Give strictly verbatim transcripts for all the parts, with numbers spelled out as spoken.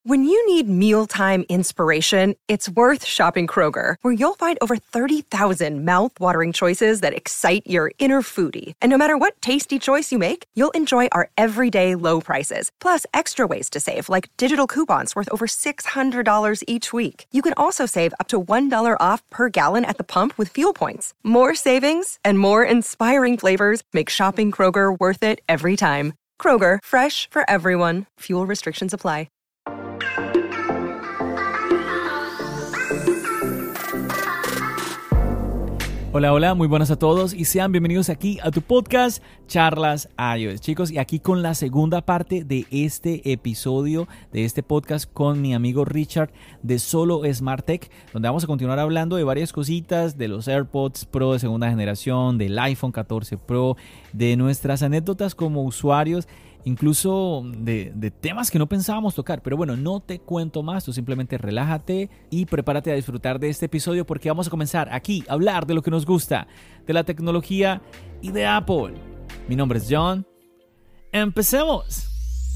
When you need mealtime inspiration, it's worth shopping Kroger, where you'll find over thirty thousand mouth-watering choices that excite your inner foodie. And no matter what tasty choice you make, you'll enjoy our everyday low prices, plus extra ways to save, like digital coupons worth over six hundred dollars each week. You can also save up to one dollar off per gallon at the pump with fuel points. More savings and more inspiring flavors make shopping Kroger worth it every time. Kroger, fresh for everyone. Fuel restrictions apply. Hola, hola, muy buenas a todos y sean bienvenidos aquí a tu podcast Charlas iOS. Chicos, y aquí con la segunda parte de este episodio, de este podcast con mi amigo Richard de Solo Smart Tech, donde vamos a continuar hablando de varias cositas, de los AirPods Pro de segunda generación, del iPhone catorce Pro, de nuestras anécdotas como usuarios, incluso de, de temas que no pensábamos tocar. Pero bueno, no te cuento más, tú simplemente relájate y prepárate a disfrutar de este episodio porque vamos a comenzar aquí a hablar de lo que nos gusta, de la tecnología y de Apple. Mi nombre es John. ¡Empecemos!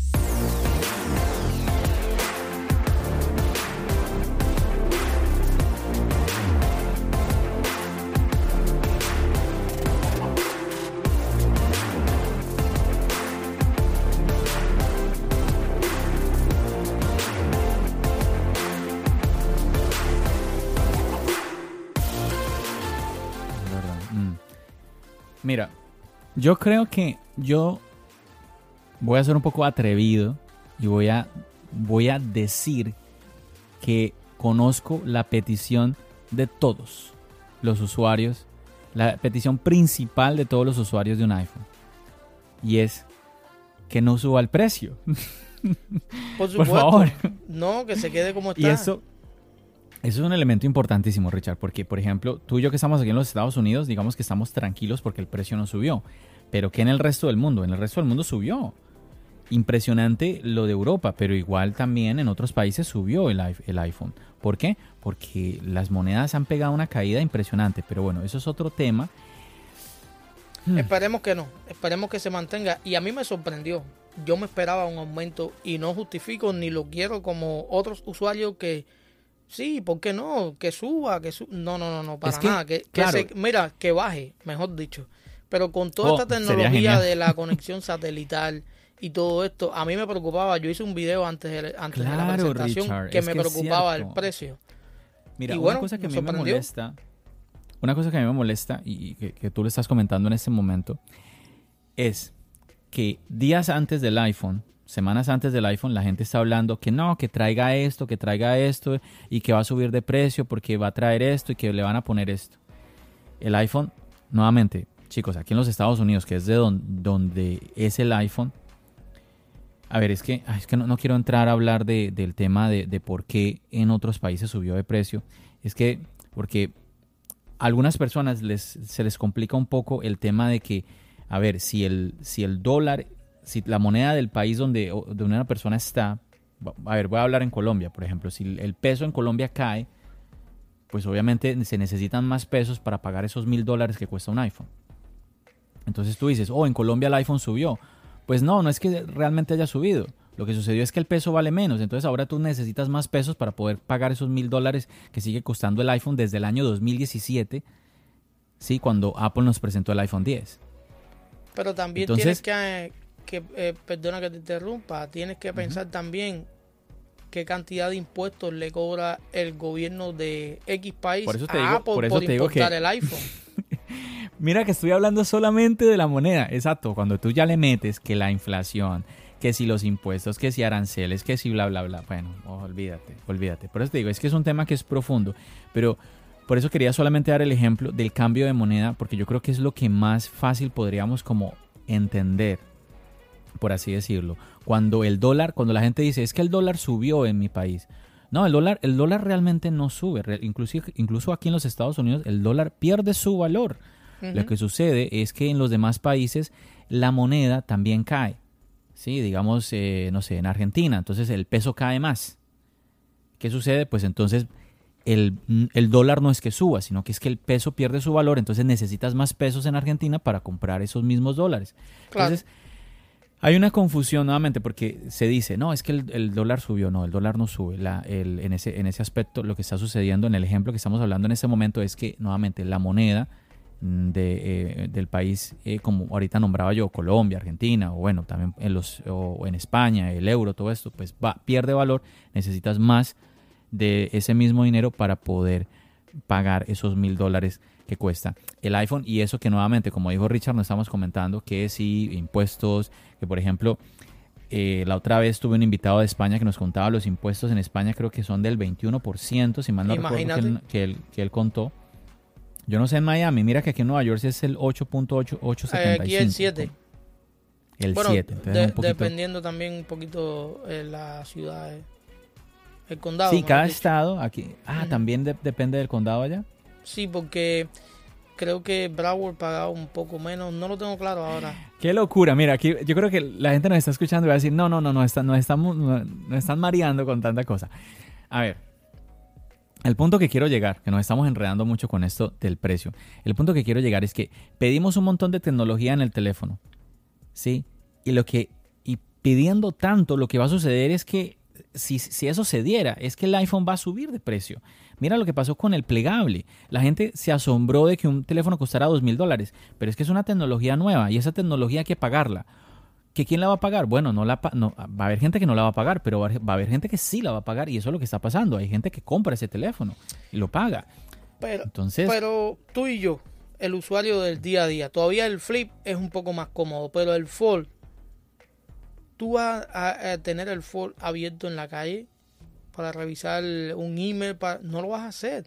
Mira, yo creo que yo voy a ser un poco atrevido y voy a, voy a decir que conozco la petición de todos los usuarios, la petición principal de todos los usuarios de un iPhone, y es que no suba el precio. Por supuesto. Por favor. No, que se quede como está. Y eso... Eso es un elemento importantísimo, Richard, porque, por ejemplo, tú y yo que estamos aquí en los Estados Unidos, digamos que estamos tranquilos porque el precio no subió. Pero ¿qué en el resto del mundo? En el resto del mundo subió. Impresionante lo de Europa, pero igual también en otros países subió el, el iPhone. ¿Por qué? Porque las monedas han pegado una caída impresionante. Pero bueno, eso es otro tema. Esperemos que no, esperemos que se mantenga. Y a mí me sorprendió. Yo me esperaba un aumento y no justifico ni lo quiero como otros usuarios que... Sí, ¿por qué no? Que suba, que suba. No, no, no, no, para es que, nada. Que, claro. que se, mira, que baje, mejor dicho. Pero con toda oh, esta tecnología de la conexión satelital y todo esto, a mí me preocupaba. Yo hice un video antes de, antes claro, de la presentación Richard, que es me que preocupaba es el precio. Mira, y una bueno, cosa que a me mí me molesta, una cosa que a mí me molesta y que, que tú le estás comentando en este momento, es que días antes del iPhone, semanas antes del iPhone, la gente está hablando que no, que traiga esto, que traiga esto y que va a subir de precio porque va a traer esto y que le van a poner esto. El iPhone, nuevamente, chicos, aquí en los Estados Unidos, que es de don, donde es el iPhone, a ver, es que, ay, es que no, no quiero entrar a hablar de, del tema de, de por qué en otros países subió de precio. Es que, porque a algunas personas les, se les complica un poco el tema de que, a ver, si el, si el dólar... Si la moneda del país donde, donde una persona está, a ver, voy a hablar en Colombia, por ejemplo, si el peso en Colombia cae, pues obviamente se necesitan más pesos para pagar esos mil dólares que cuesta un iPhone. Entonces tú dices, oh, en Colombia el iPhone subió. Pues no, no es que realmente haya subido. Lo que sucedió es que el peso vale menos, entonces ahora tú necesitas más pesos para poder pagar esos mil dólares que sigue costando el iPhone desde el año dos mil diecisiete, ¿sí? Cuando Apple nos presentó el iPhone diez. Pero también entonces, tienes que... que eh, perdona que te interrumpa, tienes que pensar uh-huh. también qué cantidad de impuestos le cobra el gobierno de X país por eso te a digo, Apple por, eso por te digo importar que... el iPhone. Mira que estoy hablando solamente de la moneda, exacto, cuando tú ya le metes que la inflación, que si los impuestos, que si aranceles, que si bla bla bla, bueno, oh, olvídate, olvídate. Por eso te digo, es que es un tema que es profundo, pero por eso quería solamente dar el ejemplo del cambio de moneda, porque yo creo que es lo que más fácil podríamos como entender, por así decirlo. Cuando el dólar, cuando la gente dice, es que el dólar subió en mi país. No, el dólar, el dólar realmente no sube. Incluso, incluso aquí en los Estados Unidos el dólar pierde su valor. Uh-huh. Lo que sucede es que en los demás países la moneda también cae. Sí, digamos, eh, no sé, en Argentina, entonces el peso cae más. ¿Qué sucede? Pues entonces el, el dólar no es que suba, sino que es que el peso pierde su valor, entonces necesitas más pesos en Argentina para comprar esos mismos dólares. Claro. Entonces, Hay una confusión nuevamente porque se dice, no, es que el, el dólar subió. No, el dólar no sube. La, el, en, ese, en ese aspecto, lo que está sucediendo en el ejemplo que estamos hablando en este momento es que nuevamente la moneda de, eh, del país, eh, como ahorita nombraba yo, Colombia, Argentina, o bueno, también en, los, o en España, el euro, todo esto, pues va, pierde valor. Necesitas más de ese mismo dinero para poder pagar esos mil dólares que cuesta el iPhone. Y eso que nuevamente, como dijo Richard, nos estamos comentando que sí, impuestos, que por ejemplo eh, la otra vez tuve un invitado de España que nos contaba los impuestos en España, creo que son del veintiuno por ciento, si mal no recuerdo, que él, que, él, que él contó. Yo no sé en Miami, mira que aquí en Nueva York es el ocho punto ocho ocho setenta y cinco. Aquí el siete. El bueno, siete. De, un poquito... Dependiendo también un poquito eh, la ciudad, eh, el condado. Sí, cada estado aquí. Ah, uh-huh. También de, depende del condado allá. Sí, porque creo que Broward pagaba un poco menos. No lo tengo claro ahora. Qué locura. Mira, aquí yo creo que la gente nos está escuchando y va a decir, no, no, no, no, está, no estamos, no, nos están mareando con tanta cosa. A ver, el punto que quiero llegar, que nos estamos enredando mucho con esto del precio. El punto que quiero llegar es que pedimos un montón de tecnología en el teléfono, ¿sí? Y lo que, y pidiendo tanto, lo que va a suceder es que si, si eso se diera, es que el iPhone va a subir de precio. Mira lo que pasó con el plegable. La gente se asombró de que un teléfono costara dos mil dólares, pero es que es una tecnología nueva y esa tecnología hay que pagarla. ¿Que quién la va a pagar? Bueno, no la no, va a haber gente que no la va a pagar, pero va a haber gente que sí la va a pagar y eso es lo que está pasando. Hay gente que compra ese teléfono y lo paga. Pero, Entonces, pero tú y yo, el usuario del día a día, todavía el Flip es un poco más cómodo, pero el Fold, tú vas a, a tener el Fold abierto en la calle para revisar un email, para, no lo vas a hacer.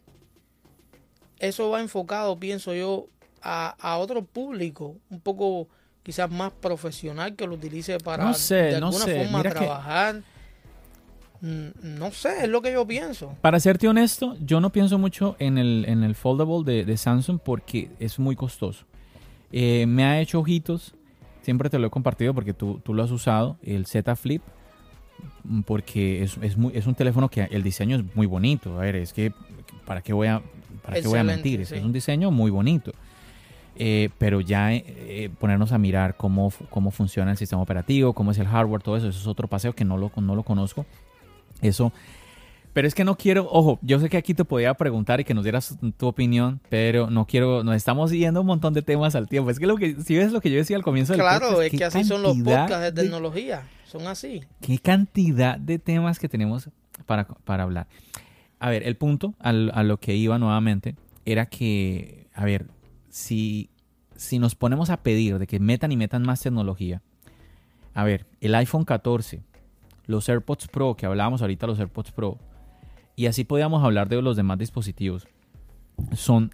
Eso va enfocado, pienso yo, a, a otro público, un poco quizás más profesional, que lo utilice para no sé, de alguna no sé. forma Mira trabajar. Que... No sé, es lo que yo pienso. Para serte honesto, yo no pienso mucho en el, en el foldable de, de Samsung porque es muy costoso. Eh, me ha hecho ojitos, siempre te lo he compartido porque tú, tú lo has usado, el Z Flip, porque es, es, muy, es un teléfono que el diseño es muy bonito. A ver, es que, ¿para qué voy a, para qué voy a mentir? Sí. Es un diseño muy bonito. Eh, pero ya eh, ponernos a mirar cómo, cómo funciona el sistema operativo, cómo es el hardware, todo eso, eso es otro paseo que no lo, no lo conozco. Eso, pero es que no quiero, ojo, yo sé que aquí te podía preguntar y que nos dieras tu opinión, pero no quiero, nos estamos yendo un montón de temas al tiempo. Es que lo que, si ves lo que yo decía al comienzo del podcast. Claro, es que así son los podcasts de tecnología, de, son así. Qué cantidad de temas que tenemos para, para hablar. A ver, el punto a, a lo que iba nuevamente era que, a ver, si, si nos ponemos a pedir de que metan y metan más tecnología, a ver, el iPhone catorce, los AirPods Pro, que hablábamos ahorita, los AirPods Pro, y así podíamos hablar de los demás dispositivos, son,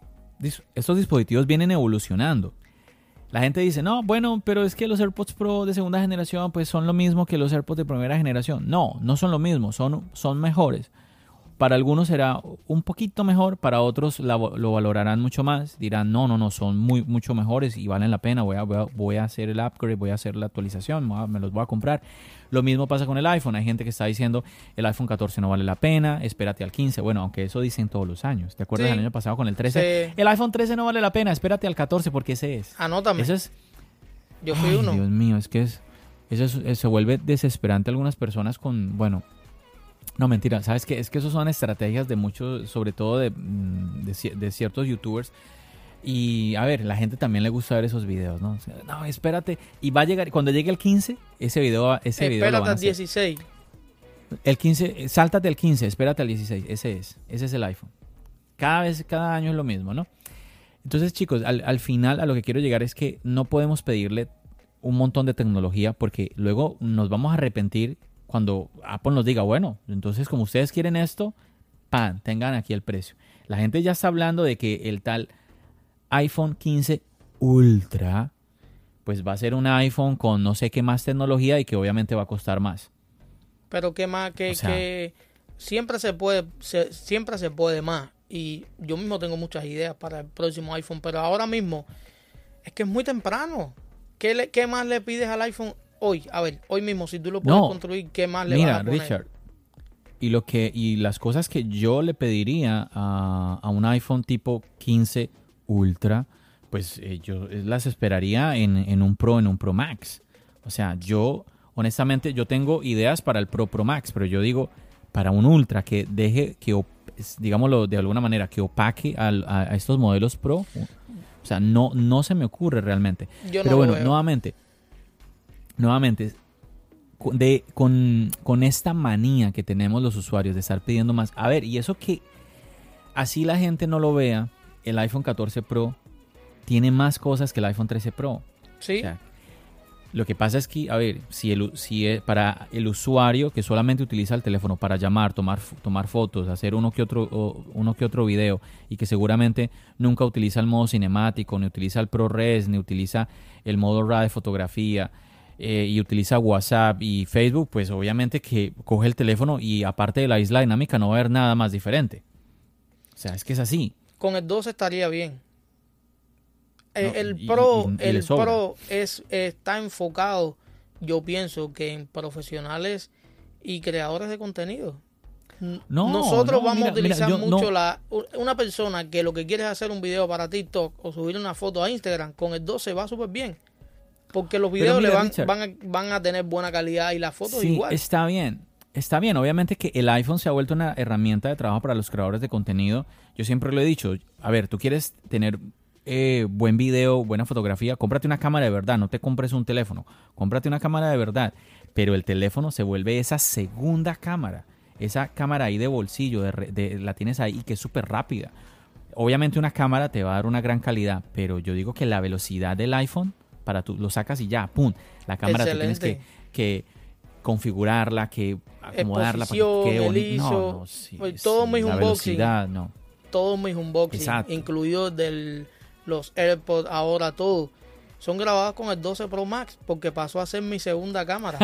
estos dispositivos vienen evolucionando. La gente dice, no, bueno, pero es que los AirPods Pro de segunda generación pues son lo mismo que los AirPods de primera generación. No, no son lo mismo, son, son mejores. Para algunos será un poquito mejor, para otros la, lo valorarán mucho más. Dirán, no, no, no, son muy, mucho mejores y valen la pena. Voy a, voy a, voy a hacer el upgrade, voy a hacer la actualización, voy a, me los voy a comprar. Lo mismo pasa con el iPhone. Hay gente que está diciendo, el iPhone catorce no vale la pena, espérate al quince. Bueno, aunque eso dicen todos los años. ¿Te acuerdas del sí. año pasado con el trece? Sí. El iPhone trece no vale la pena, espérate al catorce porque ese es. Anótame. Eso es... Yo fui Ay, uno. Dios mío, es que es, eso es, es, se vuelve desesperante algunas personas con, bueno... No, mentira, ¿sabes qué? Es que eso son estrategias de muchos, sobre todo de, de, de ciertos youtubers. Y, a ver, la gente también le gusta ver esos videos, ¿no? O sea, no, espérate. Y va a llegar, cuando llegue el quince, ese video, ese video lo van a hacer. Espérate al dieciséis. El quince, sáltate el quince, espérate al dieciséis. Ese es, ese es el iPhone. Cada vez, cada año es lo mismo, ¿no? Entonces, chicos, al, al final a lo que quiero llegar es que no podemos pedirle un montón de tecnología porque luego nos vamos a arrepentir cuando Apple nos diga, bueno, entonces como ustedes quieren esto, pan, tengan aquí el precio. La gente ya está hablando de que el tal iPhone quince Ultra, pues va a ser un iPhone con no sé qué más tecnología y que obviamente va a costar más. Pero qué más, que, o sea, que siempre se puede, se, siempre se puede más. Y yo mismo tengo muchas ideas para el próximo iPhone, pero ahora mismo es que es muy temprano. ¿Qué, le, qué más le pides al iPhone hoy? A ver, hoy mismo, si tú lo puedes no, construir, ¿qué más le mira, vas a poner? Richard, y, lo que, y las cosas que yo le pediría a, a un iPhone tipo quince Ultra, pues eh, yo las esperaría en, en un Pro, en un Pro Max. O sea, yo, honestamente, yo tengo ideas para el Pro Pro Max, pero yo digo, para un Ultra que deje, que digámoslo de alguna manera, que opaque a, a, a estos modelos Pro, o sea, no, no se me ocurre realmente. Yo no pero bueno, lo veo. nuevamente, nuevamente, de, con, con esta manía que tenemos los usuarios de estar pidiendo más. A ver, y eso que así la gente no lo vea, el iPhone catorce Pro tiene más cosas que el iPhone trece Pro. Sí. O sea, lo que pasa es que, a ver, si, el, si es para el usuario que solamente utiliza el teléfono para llamar, tomar, tomar fotos, hacer uno que otro, uno que otro video y que seguramente nunca utiliza el modo cinemático, ni utiliza el ProRes, ni utiliza el modo RAW de fotografía, eh, y utiliza WhatsApp y Facebook, pues obviamente que coge el teléfono y aparte de la isla dinámica no va a haber nada más diferente. O sea, es que es así. Con el doce estaría bien. El, No, el y- Pro, y- y le el sobra. Pro es, está enfocado, yo pienso, que en profesionales y creadores de contenido. N- No, Nosotros no, vamos mira, a utilizar mira, yo mucho no- la una persona que lo que quiere es hacer un video para TikTok o subir una foto a Instagram, con el doce va súper bien. Porque los videos mira, le van, Richard, van, a, van a tener buena calidad y las fotos sí, igual. está bien. Está bien, obviamente que el iPhone se ha vuelto una herramienta de trabajo para los creadores de contenido. Yo siempre lo he dicho, a ver, tú quieres tener eh, buen video, buena fotografía, cómprate una cámara de verdad, no te compres un teléfono, cómprate una cámara de verdad, pero el teléfono se vuelve esa segunda cámara, esa cámara ahí de bolsillo, de, re- de- la tienes ahí que es súper rápida. Obviamente una cámara te va a dar una gran calidad, pero yo digo que la velocidad del iPhone, para tú lo sacas y ya, pum, la cámara tú tienes que, Excelente. que configurarla, que acomodarla para que Exposición, quede el bonito. I S O, No, no, sí, pues, todo sí, mis la unboxing. velocidad, no. Todos mis unboxing, Exacto. incluidos del, los AirPods, ahora todo, son grabados con el doce Pro Max, porque pasó a ser mi segunda cámara.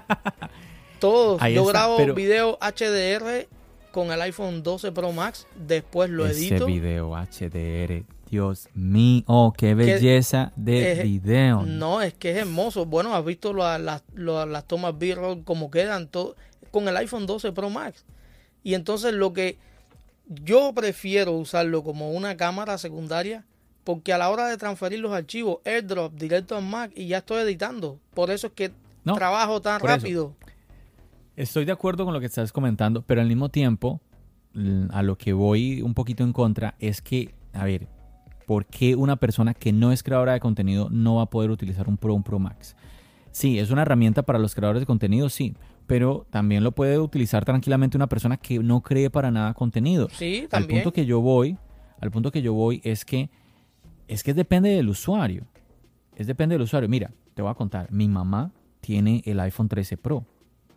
Todos. Ahí Yo está, grabo pero- video H D R con el iPhone doce Pro Max, después lo Ese edito. video H D R, Dios mío, qué belleza de es- video. No, es que es hermoso. Bueno, has visto la- la- la- las tomas B-roll como quedan todo, con el iPhone doce Pro Max. Y entonces lo que yo prefiero usarlo como una cámara secundaria, porque a la hora de transferir los archivos, AirDrop directo al Mac y ya estoy editando. Por eso es que No, trabajo tan por eso. rápido. Estoy de acuerdo con lo que estás comentando, pero al mismo tiempo, l- a lo que voy un poquito en contra es que, a ver, ¿por qué una persona que no es creadora de contenido no va a poder utilizar un Pro, un Pro Max? Sí, es una herramienta para los creadores de contenido, sí, pero también lo puede utilizar tranquilamente una persona que no cree para nada contenido. Sí, Al también. punto que yo voy, al punto que yo voy es que es que depende del usuario. Es depende del usuario. Mira, te voy a contar, mi mamá tiene el iPhone trece Pro.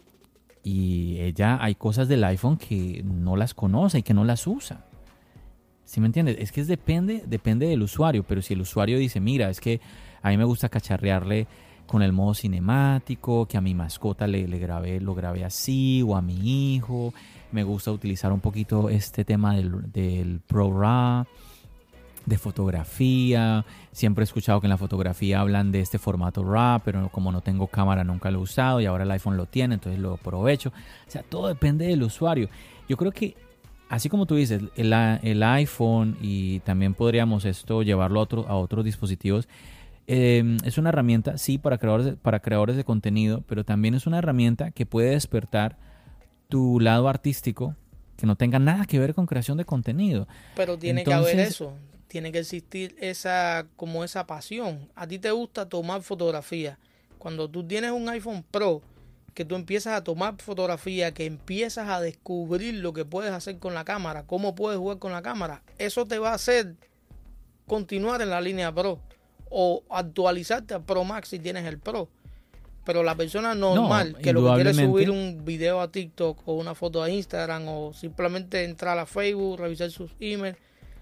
Y ella, hay cosas del iPhone que no las conoce y que no las usa. ¿Sí me entiendes? Es que es depende, depende del usuario. Pero si el usuario dice, mira, es que a mí me gusta cacharrearle con el modo cinemático, que a mi mascota le, le grabé, lo grabé así, o a mi hijo, me gusta utilizar un poquito este tema del, del ProRAW, de fotografía. Siempre he escuchado que en la fotografía hablan de este formato RAW, pero como no tengo cámara nunca lo he usado y ahora el iPhone lo tiene, entonces lo aprovecho. O sea, todo depende del usuario. Yo creo que, así como tú dices, el, el iPhone, y también podríamos esto llevarlo a, otro, a otros dispositivos, eh, es una herramienta, sí, para creadores, de, para creadores de contenido, pero también es una herramienta que puede despertar tu lado artístico que no tenga nada que ver con creación de contenido. Pero tiene Entonces, que haber eso. Tiene que existir esa, como esa pasión. A ti te gusta tomar fotografía. Cuando tú tienes un iPhone Pro, que tú empiezas a tomar fotografía, que empiezas a descubrir lo que puedes hacer con la cámara, cómo puedes jugar con la cámara, eso te va a hacer continuar en la línea Pro o actualizarte a Pro Max si tienes el Pro. Pero la persona normal No, que lo que quiere es indudablemente. subir un video a TikTok o una foto a Instagram o simplemente entrar a Facebook, revisar sus emails,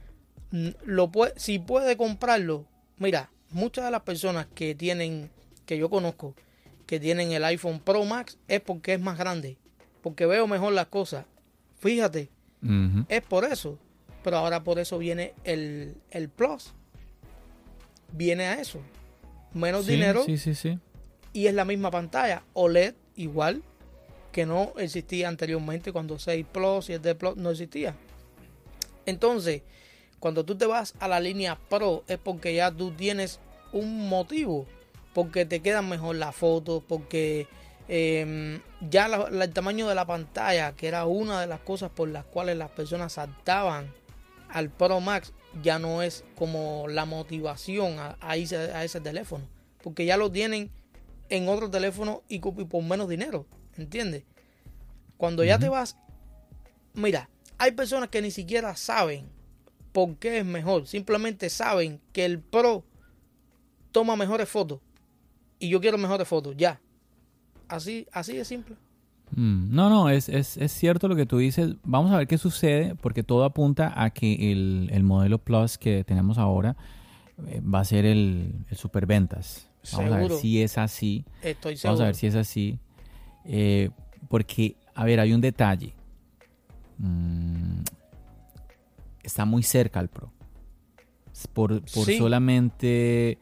lo puede, si puede comprarlo. Mira, muchas de las personas que tienen, que yo conozco, que tienen el iPhone Pro Max es porque es más grande, porque veo mejor las cosas. Fíjate, Uh-huh. es por eso. Pero ahora por eso viene el, el Plus. Viene a eso. Menos Sí, dinero sí, sí, sí. y es la misma pantalla. O L E D igual, que no existía anteriormente cuando seis Plus y el D Plus no existía. Entonces, cuando tú te vas a la línea Pro es porque ya tú tienes un motivo porque te quedan mejor las fotos, porque eh, ya la, la, el tamaño de la pantalla, que era una de las cosas por las cuales las personas saltaban al Pro Max, ya no es como la motivación a, a irse a ese teléfono, porque ya lo tienen en otro teléfono y, y por menos dinero, ¿entiendes? Cuando ya uh-huh. te vas, mira, hay personas que ni siquiera saben por qué es mejor, simplemente saben que el Pro toma mejores fotos y yo quiero mejores fotos, ya, así, así de simple. Mm, no, no, es, es, es cierto lo que tú dices. Vamos a ver qué sucede, porque todo apunta a que el, el modelo Plus que tenemos ahora eh, va a ser el, el superventas. Vamos ¿Seguro? A ver si es así. Estoy seguro. Vamos a ver si es así. Eh, porque, a ver, hay un detalle. Mm, está muy cerca al Pro. Por, por sí. solamente...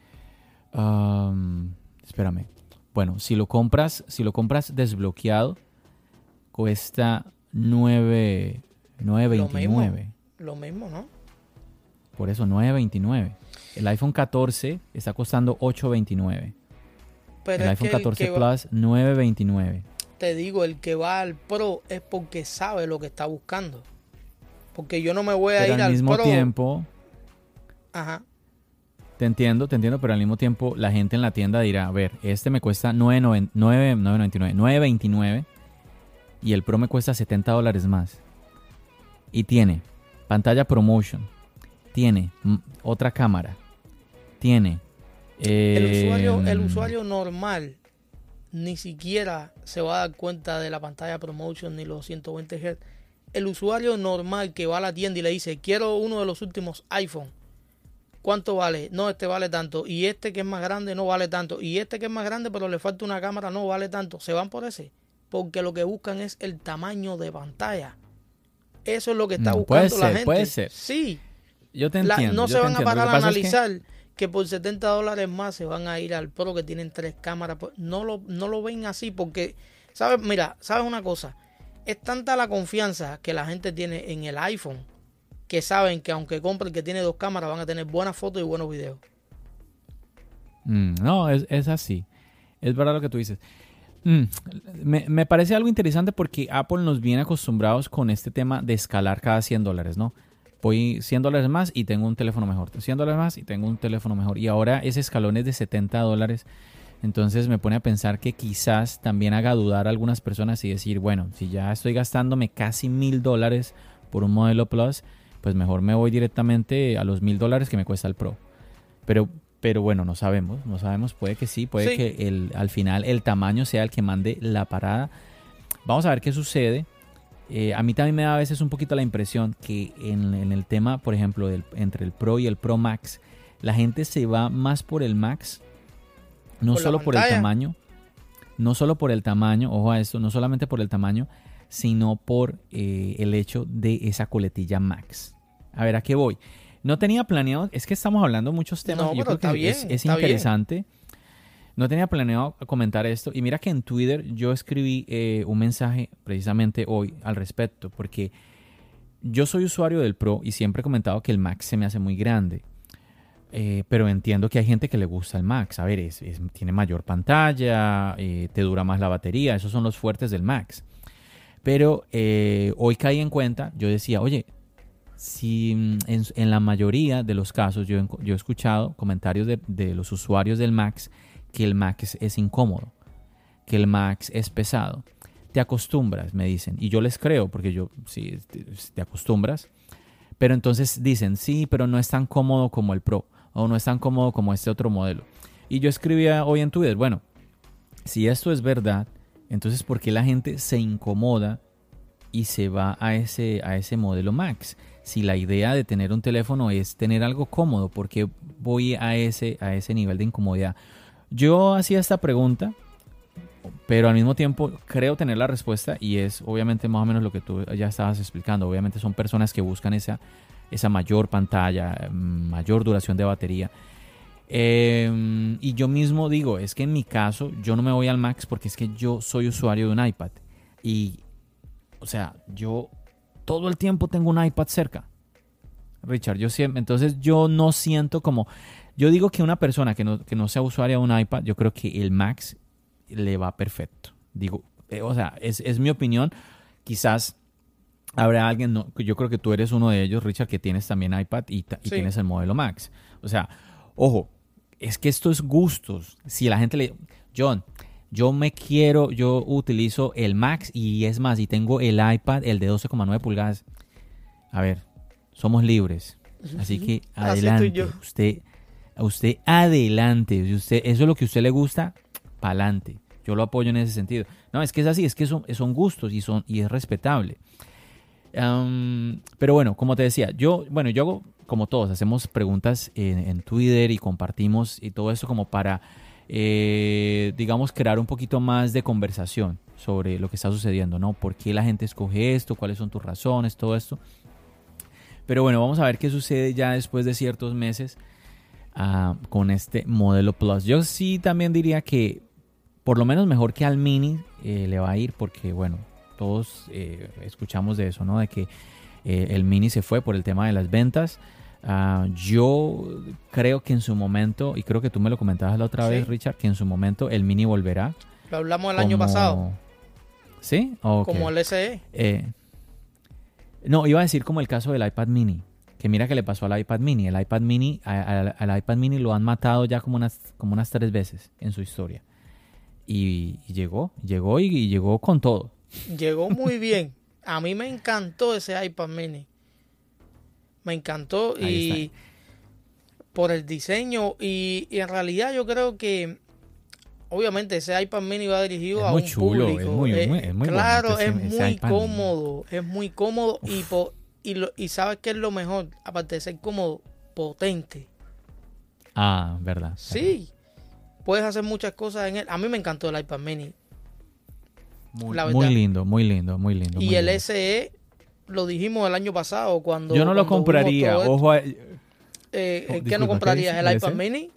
Um, espérame. Bueno, si lo compras, si lo compras desbloqueado, cuesta nueve veintinueve. Lo mismo, lo mismo, ¿no? Por eso, nueve veintinueve. El iPhone catorce está costando ocho veintinueve. Pero el iPhone catorce Plus, nueve veintinueve. Te digo, el que va al Pro es porque sabe lo que está buscando. Porque yo no me voy a pero ir al, al mismo Pro. Tiempo, Ajá. Te entiendo, te entiendo, pero al mismo tiempo la gente en la tienda dirá, a ver, este me cuesta nueve noventa y nueve, nueve veintinueve y el Pro me cuesta setenta dólares más. Y tiene pantalla ProMotion, tiene m- otra cámara, tiene... Eh, el, usuario, el usuario normal ni siquiera se va a dar cuenta de la pantalla ProMotion ni los ciento veinte hertz. El usuario normal que va a la tienda y le dice, quiero uno de los últimos iPhone. ¿Cuánto vale? No, este vale tanto. Y este que es más grande no vale tanto. Y este que es más grande pero le falta una cámara no vale tanto. Se van por ese. Porque lo que buscan es el tamaño de pantalla. Eso es lo que está no, buscando puede la ser, gente. Puede ser. Sí. Yo te entiendo. La, no yo se te van entiendo. a parar a analizar es que... que por setenta dólares más se van a ir al Pro que tienen tres cámaras. No lo, no lo ven así porque, ¿sabes? Mira, ¿sabes una cosa? Es tanta la confianza que la gente tiene en el iPhone que saben que aunque compre el que tiene dos cámaras van a tener buenas fotos y buenos videos. Mm, no, es, es así. Es verdad lo que tú dices. Mm, me, me parece algo interesante porque Apple nos viene acostumbrados con este tema de escalar cada cien dólares, ¿no? Voy cien dólares más y tengo un teléfono mejor. cien dólares más y tengo un teléfono mejor. Y ahora ese escalón es de setenta dólares. Entonces me pone a pensar que quizás también haga dudar a algunas personas y decir, bueno, si ya estoy gastándome casi mil dólares por un modelo Plus, pues mejor me voy directamente a los mil dólares que me cuesta el Pro. Pero, pero bueno, no sabemos, no sabemos, puede que sí, puede sí. que el, al final el tamaño sea el que mande la parada. Vamos a ver qué sucede. Eh, a mí también me da a veces un poquito la impresión que en, en el tema, por ejemplo, del, entre el Pro y el Pro Max, la gente se va más por el Max, no solo por el tamaño, no solo por el tamaño, ojo a esto, no solamente por el tamaño, sino por eh, el hecho de esa coletilla Max. A ver, ¿a qué voy? No tenía planeado, es que estamos hablando de muchos temas, no, yo creo que bien, es, es interesante. Bien. No tenía planeado comentar esto. Y mira que en Twitter yo escribí eh, un mensaje precisamente hoy al respecto. Porque yo soy usuario del Pro y siempre he comentado que el Max se me hace muy grande. Eh, pero entiendo que hay gente que le gusta el Max. A ver, es, es, tiene mayor pantalla, eh, te dura más la batería. Esos son los fuertes del Max. Pero eh, hoy caí en cuenta, yo decía, oye, si en, en la mayoría de los casos yo, yo he escuchado comentarios de, de los usuarios del Max que el Max es incómodo, que el Max es pesado. Te acostumbras, me dicen. Y yo les creo, porque yo, sí, te, te acostumbras. Pero entonces dicen, sí, pero no es tan cómodo como el Pro, o no es tan cómodo como este otro modelo. Y yo escribía hoy en Twitter, bueno, si esto es verdad, entonces ¿por qué la gente se incomoda y se va a ese, a ese modelo Max? Si la idea de tener un teléfono es tener algo cómodo, ¿por qué voy a ese, a ese nivel de incomodidad? Yo hacía esta pregunta, pero al mismo tiempo creo tener la respuesta y es obviamente más o menos lo que tú ya estabas explicando. Obviamente son personas que buscan esa, esa mayor pantalla, mayor duración de batería. Eh, y yo mismo digo, es que en mi caso yo no me voy al Max porque es que yo soy usuario de un iPad. Y, o sea, yo todo el tiempo tengo un iPad cerca. Richard. Yo siempre, entonces yo no siento como... Yo digo que una persona que no, que no sea usuaria de un iPad, yo creo que el Max le va perfecto. Digo, eh, o sea, es, es mi opinión. Quizás habrá alguien, no, yo creo que tú eres uno de ellos, Richard, que tienes también iPad y, y Sí. tienes el modelo Max. O sea, ojo, es que esto es gustos. Si la gente le... John, yo me quiero, yo utilizo el Max y es más, y tengo el iPad, el de doce coma nueve pulgadas. A ver, somos libres. Así que Así adelante. estoy yo. Usted, usted adelante. Si usted, eso es lo que a usted le gusta, pa'lante. Yo lo apoyo en ese sentido. No, es que es así, es que son, son gustos y, son, y es respetable. Um, pero bueno, como te decía, yo, bueno, yo hago, como todos, hacemos preguntas en, en Twitter y compartimos y todo eso como para, eh, digamos, crear un poquito más de conversación sobre lo que está sucediendo, ¿no? ¿Por qué la gente escoge esto? ¿Cuáles son tus razones? Todo esto. Pero bueno, vamos a ver qué sucede ya después de ciertos meses uh, con este modelo Plus. Yo sí también diría que por lo menos mejor que al Mini eh, le va a ir porque, bueno, todos eh, escuchamos de eso, ¿no? De que eh, el Mini se fue por el tema de las ventas. Uh, yo creo que en su momento, y creo que tú me lo comentabas la otra Sí. vez, Richard, que en su momento el Mini volverá. Lo hablamos el como... año pasado. ¿Sí? Okay. Como el S E. Eh, no, iba a decir como el caso del iPad Mini. Que mira que le pasó al iPad Mini. El iPad Mini, a, a, al iPad Mini lo han matado ya como unas, como unas tres veces en su historia. Y, y llegó, llegó y, y llegó con todo. Llegó muy bien. A mí me encantó ese iPad Mini. Me encantó Ahí y está. por el diseño y, y en realidad yo creo que obviamente ese iPad Mini va dirigido Es a muy un chulo, público. es muy- Eh, muy- es muy claro, bonito ese- es ese muy iPad Mini. cómodo, es muy cómodo y, po- y, lo- y sabes qué es lo mejor, aparte de ser cómodo, potente. Ah, verdad. Sí, puedes hacer muchas cosas en él. A mí me encantó el iPad Mini. Muy, La verdad. muy lindo, muy lindo, muy lindo. Y muy el lindo. S E lo dijimos el año pasado cuando... Yo no lo cuando vimos compraría. todo esto. Ojo, a- Eh, Oh, ¿Qué disculpa, no ¿qué comprarías? dice? ¿El ¿El iPad S E? Mini?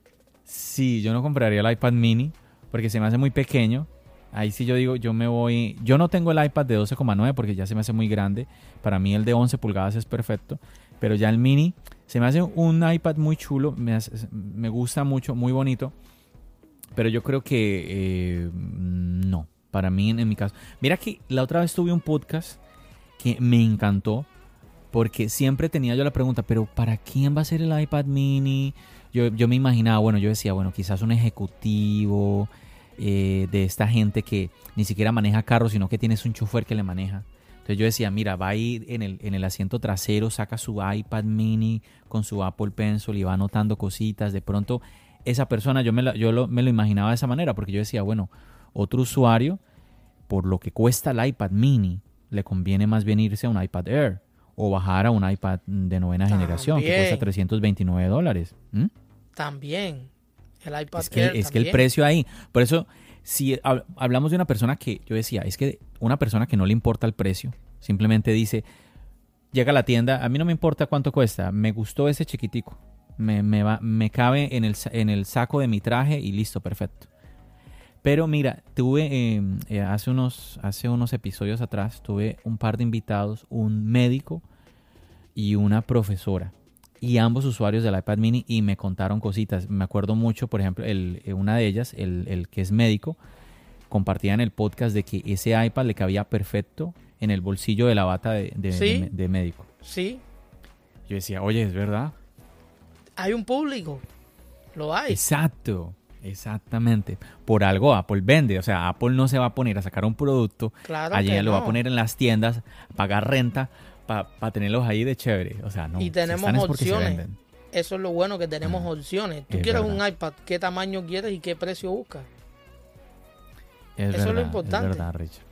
sí, yo no compraría el iPad Mini porque se me hace muy pequeño. Ahí sí yo digo, yo me voy... Yo no tengo el iPad de doce coma nueve porque ya se me hace muy grande. Para mí el de once pulgadas es perfecto. Pero ya el Mini se me hace un iPad muy chulo. Me, hace- me gusta mucho, muy bonito. Pero yo creo que eh, no. Para mí, en, en mi caso. Mira que la otra vez tuve un podcast que me encantó. Porque siempre tenía yo la pregunta, pero ¿para quién va a ser el iPad Mini? Yo, yo me imaginaba, bueno, yo decía, bueno, quizás un ejecutivo eh, de esta gente que ni siquiera maneja carro, sino que tienes un chofer que le maneja. Entonces yo decía, mira, va a ir en el, en el asiento trasero, saca su iPad Mini con su Apple Pencil y va anotando cositas. De pronto, esa persona, yo me, la, yo lo, me lo imaginaba de esa manera, porque yo decía, bueno, otro usuario, por lo que cuesta el iPad Mini, le conviene más bien irse a un iPad Air o bajar a un iPad de novena También. generación que cuesta trescientos veintinueve dólares. ¿Mm? También. El iPad Es, que, Air es que el también. precio ahí, por eso, si hab- hablamos de una persona que, yo decía, es que una persona que no le importa el precio, simplemente dice, llega a la tienda, a mí no me importa cuánto cuesta, me gustó ese chiquitico, me, me, va, me cabe en el, sa- en el saco de mi traje y listo, perfecto. Pero mira, tuve eh, eh, hace, unos, hace unos episodios atrás, tuve un par de invitados, un médico y una profesora. Y ambos usuarios del iPad Mini y me contaron cositas. Me acuerdo mucho, por ejemplo, el, eh, una de ellas, el, el que es médico, compartía en el podcast de que ese iPad le cabía perfecto en el bolsillo de la bata de, de, ¿Sí? de- de médico. Sí, Yo decía, oye, ¿es verdad? hay un público. Lo hay. Exacto, exactamente. Por algo Apple vende. O sea, Apple no se va a poner a sacar un producto, Claro allí que lo va a no. poner en las tiendas, pagar renta para pa tenerlos ahí de chévere. O sea, no. Y si tenemos están es porque se opciones. venden. Eso es lo bueno, que tenemos Ah, opciones. Tú es quieres verdad. un iPad, ¿qué tamaño quieres y qué precio buscas? Es Eso es lo verdad, importante. Es verdad, Richard.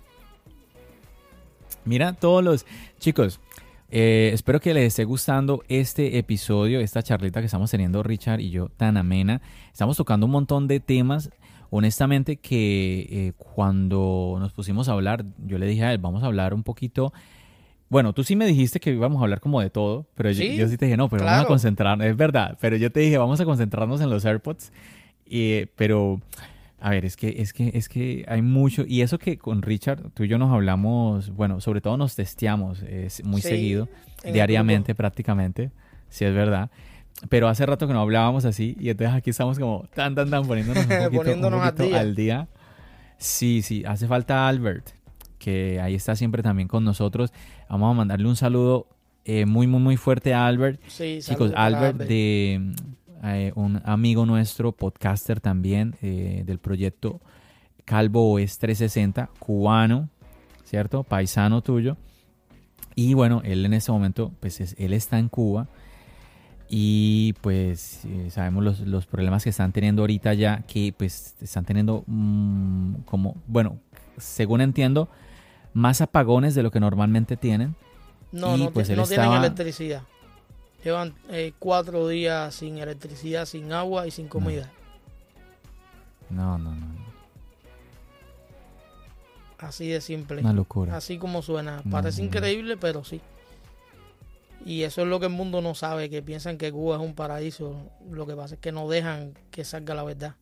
Mira, todos los chicos, eh, espero que les esté gustando este episodio, esta charlita que estamos teniendo Richard y yo tan amena. Estamos tocando un montón de temas. Honestamente que eh, cuando nos pusimos a hablar, yo le dije a él, vamos a hablar un poquito. Bueno, tú sí me dijiste que íbamos a hablar como de todo, pero yo, Sí, yo sí te dije, no, pero vamos claro. a concentrarnos, es verdad, pero yo te dije, vamos a concentrarnos en los AirPods, y, pero... A ver, es que, es que, es que hay mucho, y eso que con Richard, tú y yo nos hablamos, bueno, sobre todo nos testeamos es muy Sí, seguido, en el diariamente grupo. prácticamente, si es verdad. Pero hace rato que no hablábamos así, y entonces aquí estamos como tan, tan, tan poniéndonos un poquito, Poniéndonos un al poquito día. al día. Sí, sí, hace falta Albert, que ahí está siempre también con nosotros. Vamos a mandarle un saludo eh, muy, muy, muy fuerte a Albert. Sí, Chicos, saludos para Albert, Albert. de eh, un amigo nuestro, podcaster también, eh, del proyecto Calvo O S trescientos sesenta, cubano, ¿cierto? Paisano tuyo. Y bueno, él en este momento, pues es- él está en Cuba. Y pues eh, sabemos los, los problemas que están teniendo ahorita ya, que pues están teniendo mm, como, bueno, según entiendo, más apagones de lo que normalmente tienen. No, y no, pues ti- él no tienen estaba... electricidad. Llevan eh, cuatro días sin electricidad, sin agua y sin comida. No, no, no, no. Así de simple. Una locura. Así como suena. No, Parece no, no. increíble, pero sí. Y eso es lo que el mundo no sabe, que piensan que Cuba es un paraíso. Lo que pasa es que no dejan que salga la verdad.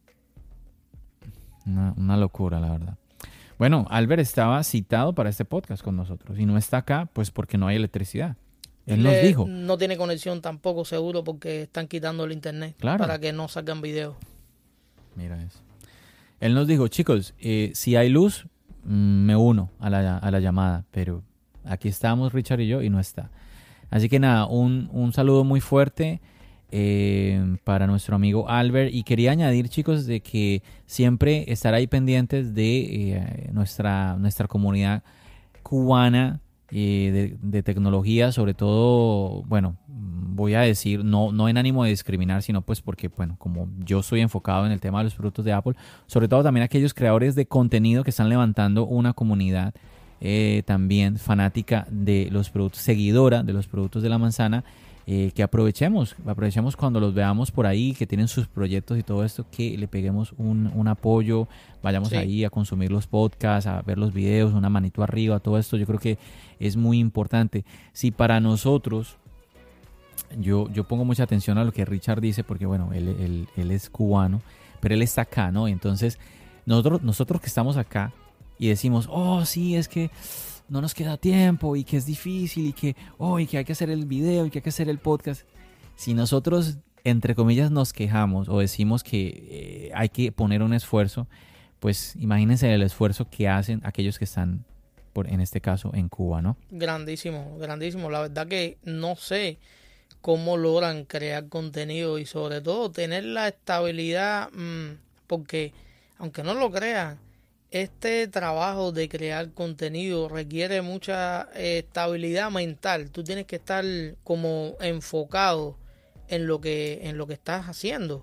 Una, una locura, la verdad. Bueno, Albert estaba citado para este podcast con nosotros y no está acá pues porque no hay electricidad. Él nos Le- dijo. No tiene conexión tampoco, seguro, porque están quitando el internet Claro. para que no salgan videos. Mira eso. Él nos dijo, chicos, eh, si hay luz, mm, me uno a la, a la llamada, pero aquí estamos Richard y yo y no está. Así que nada, un, un saludo muy fuerte eh, para nuestro amigo Albert. Y quería añadir, chicos, de que siempre estar ahí pendientes de eh, nuestra, nuestra comunidad cubana eh, de, de tecnología, sobre todo, bueno, voy a decir, no, no en ánimo de discriminar, sino pues porque, bueno, como yo estoy enfocado en el tema de los productos de Apple, sobre todo también aquellos creadores de contenido que están levantando una comunidad eh, también fanática de los productos, seguidora de los productos de la manzana, eh, que aprovechemos, aprovechemos cuando los veamos por ahí, que tienen sus proyectos y todo esto, que le peguemos un, un apoyo, vayamos Sí. ahí a consumir los podcasts, a ver los videos, una manito arriba, todo esto yo creo que es muy importante. Si para nosotros, yo, yo pongo mucha atención a lo que Richard dice, porque bueno, él, él, él es cubano, pero él está acá, ¿no? Entonces, nosotros, nosotros que estamos acá y decimos, oh, sí, es que no nos queda tiempo y que es difícil y que, oh, y que hay que hacer el video y que hay que hacer el podcast. Si nosotros, entre comillas, nos quejamos o decimos que eh, hay que poner un esfuerzo, pues imagínense el esfuerzo que hacen aquellos que están, por, en este caso, en Cuba, ¿no? Grandísimo, grandísimo. La verdad que no sé cómo logran crear contenido y sobre todo tener la estabilidad, mmm, porque aunque no lo crean, este trabajo de crear contenido requiere mucha eh, estabilidad mental. Tú tienes que estar como enfocado en lo que en lo que estás haciendo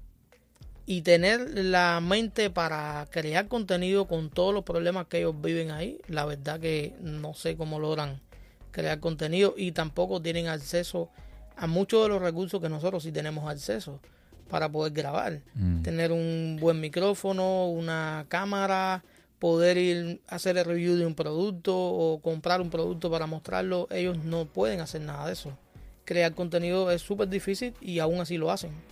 y tener la mente para crear contenido con todos los problemas que ellos viven ahí. La verdad que no sé cómo logran crear contenido y tampoco tienen acceso a muchos de los recursos que nosotros sí tenemos acceso para poder grabar. Mm. Tener un buen micrófono, una cámara, poder ir a hacer el review de un producto o comprar un producto para mostrarlo. Ellos no pueden hacer nada de eso. Crear contenido es súper difícil y aún así lo hacen.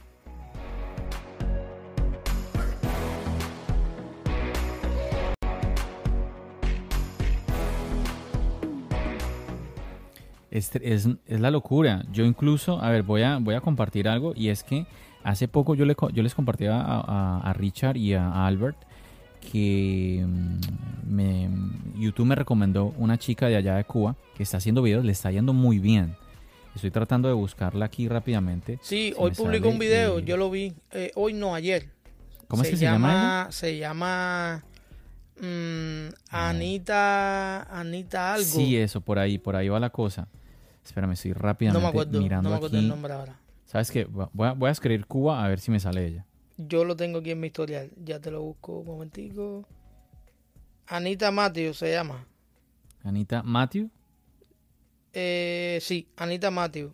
Es, es, es la locura. Yo incluso, a ver, voy a, voy a compartir algo y es que hace poco yo, le, yo les compartí a, a, a Richard y a Albert que me, YouTube me recomendó una chica de allá de Cuba que está haciendo videos, le está yendo muy bien. Estoy tratando de buscarla aquí rápidamente. Sí, Si hoy me publicó sale, un video, eh, yo lo vi, eh, hoy no, ayer. ¿Cómo es que se llama ella? Se llama mm, Anita, Anita algo. Sí, eso, por ahí, por ahí va la cosa. Espérame, estoy no rápidamente me acuerdo, mirando no me acuerdo aquí. el nombre ahora. ¿Sabes qué? Voy a, voy a escribir Cuba a ver si me sale ella. Yo lo tengo aquí en mi historial, ya te lo busco un momentico. Anita Matthews se llama. Anita Matthew. Eh, sí, Anita Matthews.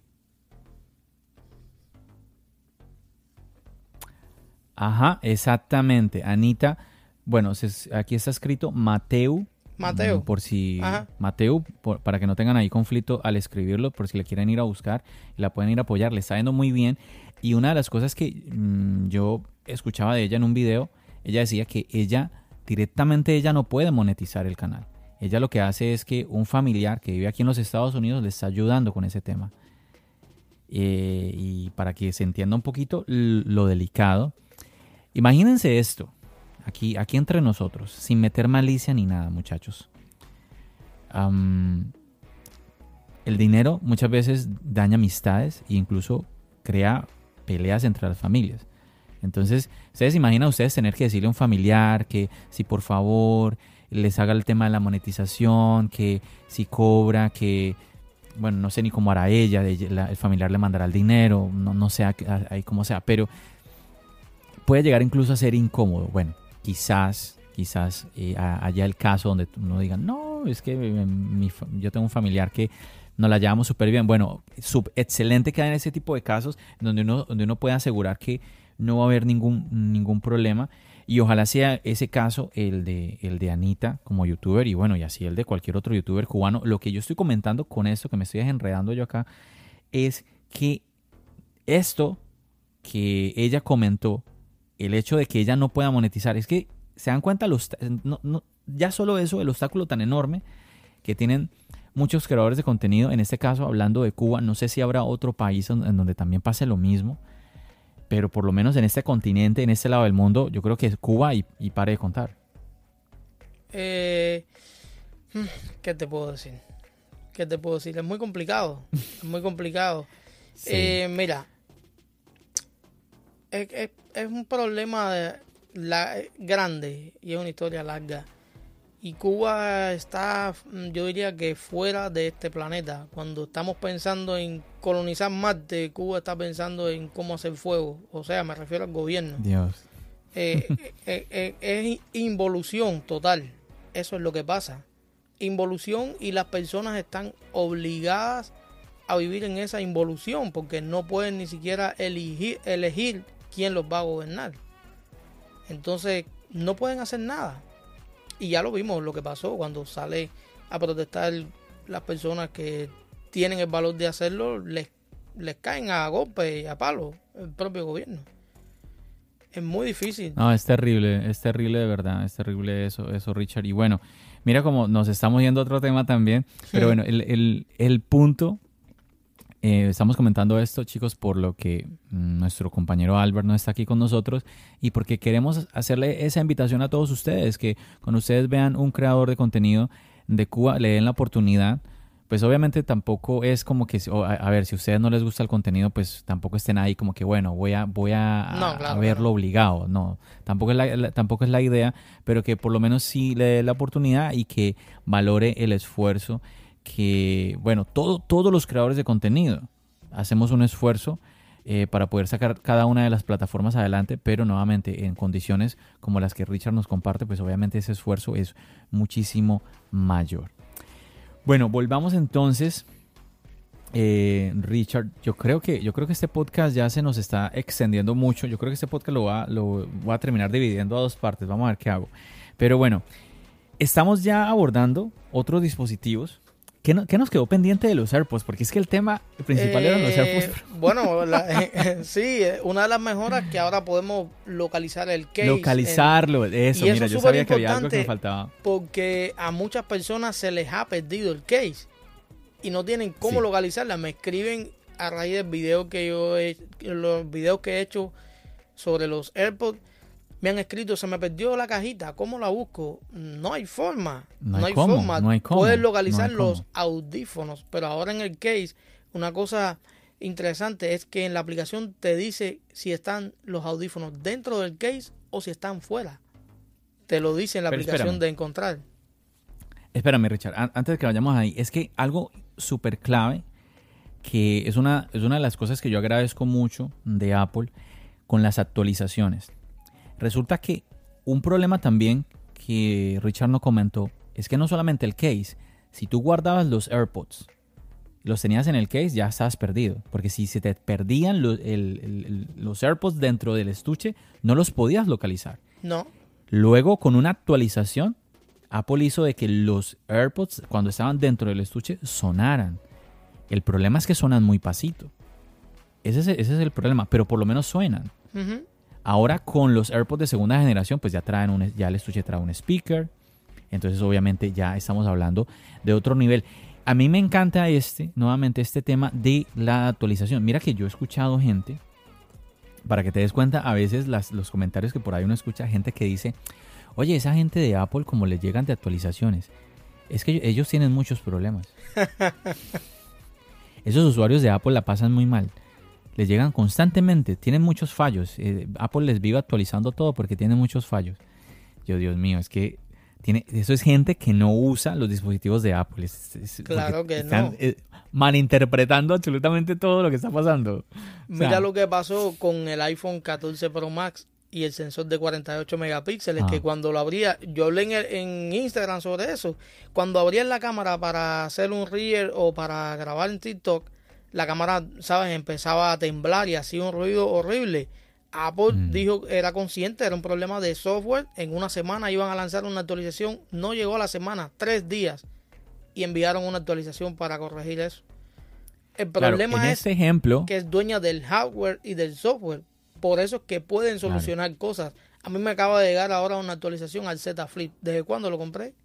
Ajá, exactamente. Anita, bueno, se, aquí está escrito Mateu. Mateo. Por si Ajá. Mateu, por, para que no tengan ahí conflicto al escribirlo, por si le quieren ir a buscar y la pueden ir a apoyar, le está yendo muy bien. Y una de las cosas que mmm, yo escuchaba de ella en un video ella decía que ella, directamente ella no puede monetizar el canal. Ella lo que hace es que un familiar que vive aquí en los Estados Unidos le está ayudando con ese tema. Eh, y para que se entienda un poquito lo delicado, imagínense esto, aquí, aquí entre nosotros, sin meter malicia ni nada, muchachos. Um, el dinero muchas veces daña amistades e incluso crea peleas entre las familias. Entonces, ustedes imaginan ustedes tener que decirle a un familiar que si por favor les haga el tema de la monetización, que si cobra, que bueno, no sé ni cómo hará ella, el familiar le mandará el dinero, no, no sé ahí cómo sea, pero puede llegar incluso a ser incómodo. Bueno, quizás, quizás eh, haya el caso donde uno diga, no, es que mi, yo tengo un familiar que nos la llevamos súper bien. Bueno, sub, excelente que haya ese tipo de casos donde uno, donde uno puede asegurar que no va a haber ningún, ningún problema. Y ojalá sea ese caso el de, el de Anita como youtuber y bueno, y así el de cualquier otro youtuber cubano. Lo que yo estoy comentando con esto, que me estoy enredando yo acá, es que esto que ella comentó, el hecho de que ella no pueda monetizar, es que se dan cuenta, los, no, no, ya solo eso, el obstáculo tan enorme que tienen muchos creadores de contenido, en este caso hablando de Cuba, no sé si habrá otro país en, en donde también pase lo mismo. Pero por lo menos en este continente, en este lado del mundo, yo creo que es Cuba y, y pare de contar. Eh, ¿Qué te puedo decir? ¿Qué te puedo decir? Es muy complicado. Es muy complicado. Sí. Eh, mira, es, es, es un problema de la, grande y es una historia larga. Y Cuba está, yo diría que fuera de este planeta. Cuando estamos pensando en colonizar Marte, Cuba está pensando en cómo hacer fuego. O sea, me refiero al gobierno. Dios. Eh, eh, eh, es involución total. Eso es lo que pasa. Involución y las personas están obligadas a vivir en esa involución porque no pueden ni siquiera elegir, elegir quién los va a gobernar. Entonces, no pueden hacer nada. Y ya lo vimos lo que pasó cuando sale a protestar las personas que tienen el valor de hacerlo, les, les caen a golpe y a palo el propio gobierno. Es muy difícil. No, es terrible, es terrible de verdad, es terrible eso, eso Richard. Y bueno, mira cómo nos estamos yendo a otro tema también, pero bueno, el, el, el punto, eh, estamos comentando esto, chicos, por lo que nuestro compañero Albert no está aquí con nosotros y porque queremos hacerle esa invitación a todos ustedes, que cuando ustedes vean un creador de contenido de Cuba, le den la oportunidad. Pues obviamente tampoco es como que, a ver, si a ustedes no les gusta el contenido, pues tampoco estén ahí como que, bueno, voy a voy a, no, claro, a verlo claro. obligado. No, tampoco es la, la, tampoco es la idea, pero que por lo menos sí le dé la oportunidad y que valore el esfuerzo que, bueno, todo, todos los creadores de contenido hacemos un esfuerzo eh, para poder sacar cada una de las plataformas adelante, pero nuevamente en condiciones como las que Richard nos comparte, pues obviamente ese esfuerzo es muchísimo mayor. Bueno, volvamos entonces, eh, Richard. Yo creo que yo creo que este podcast ya se nos está extendiendo mucho. Yo creo que este podcast lo va, lo voy a terminar dividiendo a dos partes. Vamos a ver qué hago. Pero bueno, estamos ya abordando otros dispositivos. ¿Qué, no, ¿Qué nos quedó pendiente de los AirPods? Porque es que el tema principal eh, eran los AirPods. Bueno, la, eh, sí, una de las mejoras que ahora podemos localizar el case. Localizarlo, en, eso, mira, yo sabía que había algo que me faltaba. Porque a muchas personas se les ha perdido el case y no tienen cómo sí. localizarla. Me escriben a raíz del video que yo he, los videos que he hecho sobre los AirPods. Me han escrito, se me perdió la cajita, ¿cómo la busco? No hay forma, no, no hay, hay cómo, forma. No hay cómo, Puedes localizar no los audífonos, pero ahora en el case, una cosa interesante es que en la aplicación te dice si están los audífonos dentro del case o si están fuera. Te lo dice en la pero aplicación espérame. de encontrar. Espérame, Richard, antes de que vayamos ahí, es que algo súper clave, que es una, es una de las cosas que yo agradezco mucho de Apple con las actualizaciones. Resulta que un problema también que Richard no comentó es que no solamente el case, si tú guardabas los AirPods, los tenías en el case, ya estabas perdido. Porque si se te perdían los, el, el, los AirPods dentro del estuche, no los podías localizar. No. Luego, con una actualización, Apple hizo de que los AirPods, cuando estaban dentro del estuche, sonaran. El problema es que suenan muy pasito. Ese es, ese es el problema, pero por lo menos suenan. Uh-huh. Ahora con los AirPods de segunda generación, pues ya traen un, ya el estuche trae un speaker. Entonces obviamente ya estamos hablando de otro nivel. A mí me encanta este, nuevamente este tema de la actualización. Mira que yo he escuchado gente, para que te des cuenta, a veces las, los comentarios que por ahí uno escucha, gente que dice, oye, esa gente de Apple, como les llegan de actualizaciones, es que ellos tienen muchos problemas. Esos usuarios de Apple la pasan muy mal. Les llegan constantemente, tienen muchos fallos. Eh, Apple les vive actualizando todo porque tiene muchos fallos. Yo, Dios mío, es que tiene, eso es gente que no usa los dispositivos de Apple. Es, es claro que están, no. Eh, malinterpretando absolutamente todo lo que está pasando. Mira, o sea, lo que pasó con el iPhone catorce Pro Max y el sensor de cuarenta y ocho megapíxeles, ah. que cuando lo abría, yo hablé en, el, en Instagram sobre eso, cuando abrías la cámara para hacer un reel o para grabar en TikTok, la cámara, ¿sabes?, empezaba a temblar y hacía un ruido horrible. Apple mm. dijo, era consciente, era un problema de software. En una semana iban a lanzar una actualización. No llegó a la semana, tres días. Y enviaron una actualización para corregir eso. El problema claro, en es este ejemplo, que es dueña del hardware y del software. Por eso es que pueden solucionar claro. cosas. A mí me acaba de llegar ahora una actualización al Z Flip. ¿Desde cuándo lo compré?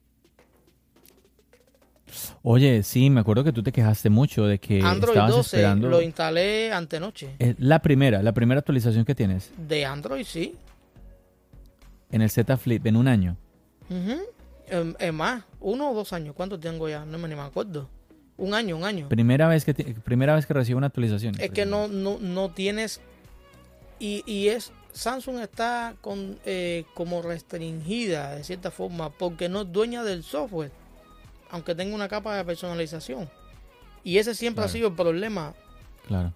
Oye, sí, me acuerdo que tú te quejaste mucho de que Android estabas doce, esperando... lo instalé antenoche. La primera, la primera actualización que tienes. De Android, sí. En el Z Flip, en un año. Uh-huh. Es eh, más, uno o dos años. ¿Cuánto tengo ya? No me ni me acuerdo. Un año, un año. Primera vez que, primera vez que recibo una actualización. Es que no, no, no tienes... Y, y es... Samsung está con, eh, como restringida, de cierta forma, porque no es dueña del software. Aunque tenga una capa de personalización. Y ese siempre claro. ha sido el problema. Claro.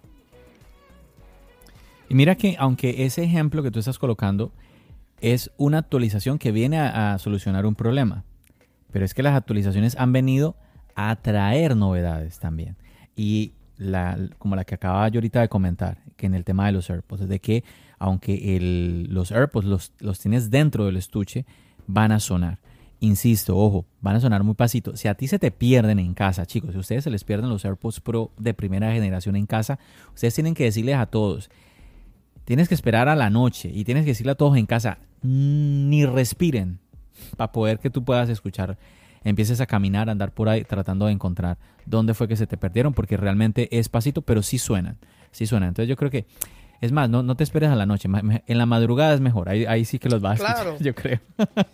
Y mira que aunque ese ejemplo que tú estás colocando es una actualización que viene a, a solucionar un problema, pero es que las actualizaciones han venido a traer novedades también. Y la, como la que acababa yo ahorita de comentar, que en el tema de los AirPods, de que aunque el, los AirPods los, los tienes dentro del estuche, van a sonar. Insisto, ojo, van a sonar muy pasito. Si a ti se te pierden en casa, chicos, si a ustedes se les pierden los AirPods Pro de primera generación en casa, ustedes tienen que decirles a todos, tienes que esperar a la noche y tienes que decirle a todos en casa, ni respiren, para poder que tú puedas escuchar, empieces a caminar, a andar por ahí tratando de encontrar dónde fue que se te perdieron, porque realmente es pasito, pero sí suenan, sí suenan. Entonces yo creo que, es más, no, no te esperes a la noche, en la madrugada es mejor, ahí, ahí sí que los vas a escuchar, claro. Yo creo.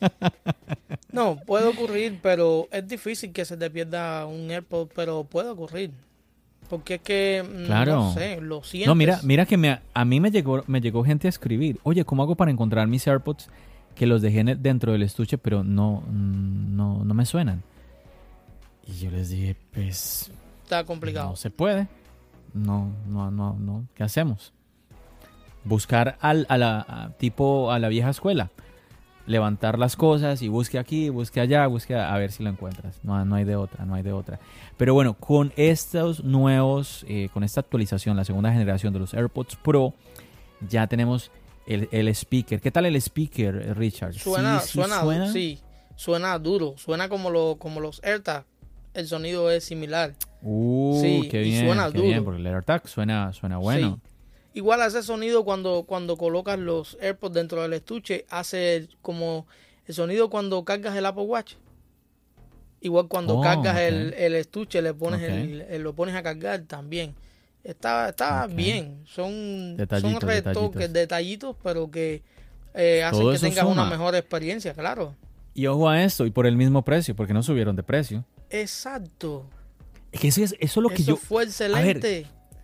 No, puede ocurrir, pero es difícil que se te pierda un AirPod, pero puede ocurrir. Porque es que, claro. no sé, lo sientes. No, mira, mira que me, a mí me llegó, me llegó gente a escribir, oye, ¿cómo hago para encontrar mis AirPods que los dejé dentro del estuche, pero no, no, no me suenan? Y yo les dije, pues... Está complicado. No se puede. No, no, no, no. ¿Qué hacemos? Buscar al, a la, a, tipo a la vieja escuela. Levantar las cosas y busque aquí, busque allá, busque a, a ver si lo encuentras. No, no hay de otra, no hay de otra. Pero bueno, con estos nuevos, eh, con esta actualización, la segunda generación de los AirPods Pro, ya tenemos el, el speaker. ¿Qué tal el speaker, Richard? Suena, ¿Sí, sí suena, suena? Sí, suena duro. Suena como, lo, como los AirTag. El sonido es similar. Uh, sí, qué bien, y suena qué duro. bien, porque el AirTag suena, suena bueno. Sí. Igual hace sonido cuando, cuando colocas los AirPods dentro del estuche, hace como el sonido cuando cargas el Apple Watch. Igual cuando oh, cargas okay. el, el estuche, le pones okay. el, el, lo pones a cargar también. Está, está okay. bien. Son, son retoques, detallitos. detallitos, pero que eh, hacen Todo que tengas suma. una mejor experiencia, claro. Y ojo a esto, y por el mismo precio, porque no subieron de precio. Exacto. Es que eso es, eso es lo que eso yo... fue excelente.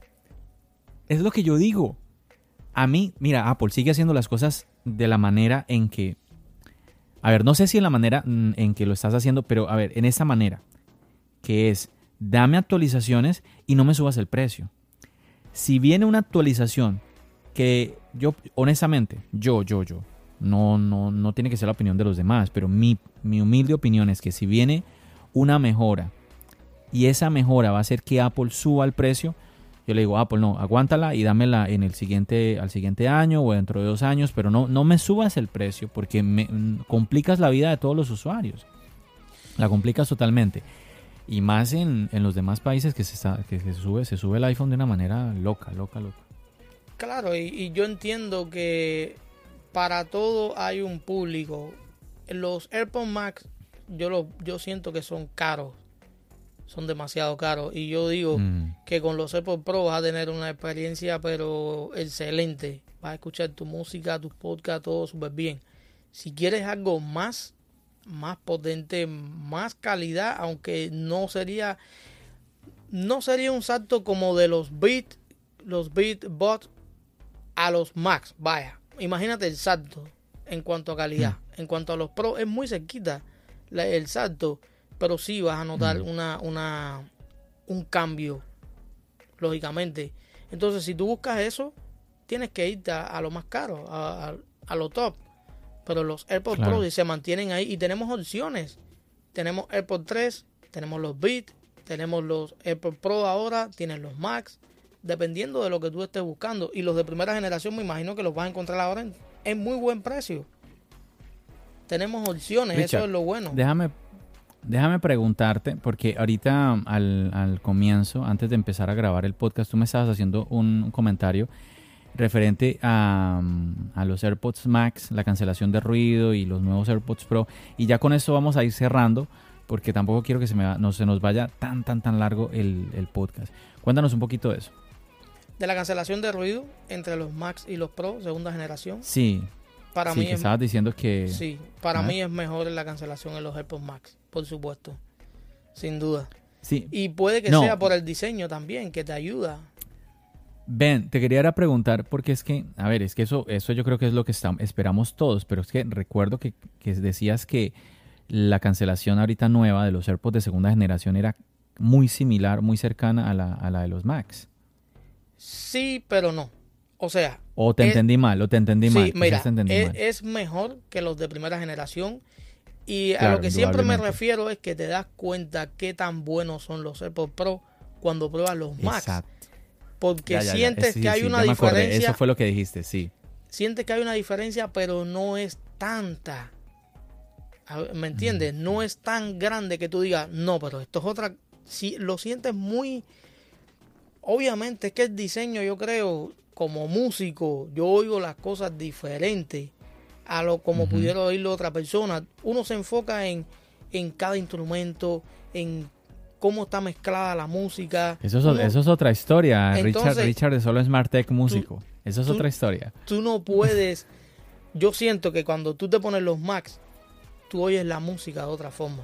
Es lo que yo digo. A mí, mira, Apple sigue haciendo las cosas de la manera en que... A ver, no sé si en la manera en que lo estás haciendo, pero a ver, en esa manera, que es, dame actualizaciones y no me subas el precio. Si viene una actualización que yo, honestamente, yo, yo, yo, no, no, no tiene que ser la opinión de los demás, pero mi, mi humilde opinión es que si viene una mejora y esa mejora va a hacer que Apple suba el precio, yo le digo, Apple, no, aguántala y dámela en el siguiente, al siguiente año o dentro de dos años, pero no, no me subas el precio porque me complicas la vida de todos los usuarios. La complicas totalmente. Y más en, en los demás países que se está, que se sube, se sube el iPhone de una manera loca, loca, loca. Claro, y, y yo entiendo que para todo hay un público. Los AirPods Max, yo, lo, yo siento que son caros. Son demasiado caros. Y yo digo mm. que con los AirPods Pro vas a tener una experiencia pero excelente. Vas a escuchar tu música, tus podcasts, todo súper bien. Si quieres algo más, más potente, más calidad, aunque no sería no sería un salto como de los Beat, los Beat Bot a los Max. Vaya, imagínate el salto en cuanto a calidad. Mm. En cuanto a los Pro, es muy cerquita la, el salto, pero sí vas a notar mm. una, una, un cambio, lógicamente. Entonces, si tú buscas eso, tienes que irte a, a lo más caro, a, a, a lo top. Pero los AirPods claro. Pro se mantienen ahí y tenemos opciones. Tenemos AirPods tres, tenemos los Beat, tenemos los AirPods Pro ahora, tienes los Max, dependiendo de lo que tú estés buscando. Y los de primera generación me imagino que los vas a encontrar ahora en, en muy buen precio. Tenemos opciones, Richard, eso es lo bueno. Déjame, déjame preguntarte, porque ahorita al, al comienzo, antes de empezar a grabar el podcast, tú me estabas haciendo un comentario referente a, a los AirPods Max, la cancelación de ruido y los nuevos AirPods Pro. Y ya con eso vamos a ir cerrando, porque tampoco quiero que se, me va, no, se nos vaya tan, tan, tan largo el, el podcast. Cuéntanos un poquito de eso. De la cancelación de ruido entre los Max y los Pro, segunda generación. Sí, para sí, mí que es, estabas diciendo que... Sí, para ¿Ah? mí es mejor la cancelación en los AirPods Max, por supuesto, sin duda. Sí. Y puede que no. sea por el diseño también, que te ayuda. Ben, te quería preguntar, porque es que, a ver, es que eso, eso yo creo que es lo que estamos, esperamos todos, pero es que recuerdo que, que decías que la cancelación ahorita nueva de los AirPods de segunda generación era muy similar, muy cercana a la, a la de los Max. Sí, pero no. O sea... O te es, entendí mal, o te entendí sí, mal. Mira, te entendí es, mal. es mejor que los de primera generación. Y claro, a lo que siempre me refiero es que te das cuenta qué tan buenos son los AirPods Pro cuando pruebas los Max. Exacto. Porque ya, ya, sientes ya. Sí, que hay sí, una diferencia. Eso fue lo que dijiste, sí. Sientes que hay una diferencia, pero no es tanta. ¿Me entiendes? Mm. No es tan grande que tú digas, no, pero esto es otra. Si lo sientes muy. Obviamente es que el diseño, yo creo, como músico, yo oigo las cosas diferentes a lo como uh-huh. pudiera oírlo otra persona. Uno se enfoca en, en cada instrumento, en cómo está mezclada la música. Eso es, Uno, eso es otra historia. Entonces, Richard, Richard de solo Smart Tech músico. Tú, eso es tú, otra historia. Tú no puedes. Yo siento que cuando tú te pones los Max, tú oyes la música de otra forma.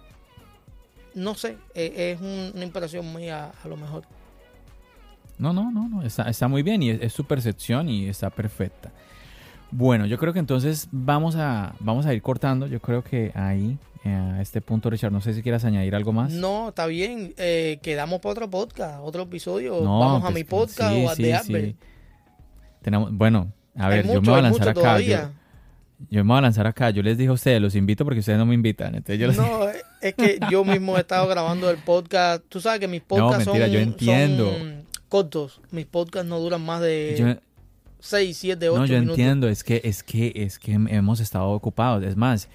No sé, es, es una impresión mía a lo mejor. No, no, no, no. Está, está muy bien y es, es su percepción y está perfecta. Bueno, yo creo que entonces vamos a, vamos a ir cortando. Yo creo que ahí, a este punto, Richard, no sé si quieras añadir algo más. No, está bien. Eh, quedamos para otro podcast, otro episodio. No, vamos pues, a mi podcast sí, o al sí, de Albert. Sí. Tenemos, bueno, a ver, mucho, yo me voy a lanzar acá. Todavía. Yo, yo me voy a lanzar acá. Yo les dije a ustedes, los invito porque ustedes no me invitan. Entonces yo les... No, es que yo mismo he estado grabando el podcast. Tú sabes que mis podcasts no, mentira, son, yo entiendo. son cortos. Mis podcasts no duran más de yo... seis, siete, ocho minutos. No, yo minutos. entiendo. Es que, es que, es que hemos estado ocupados. Es más,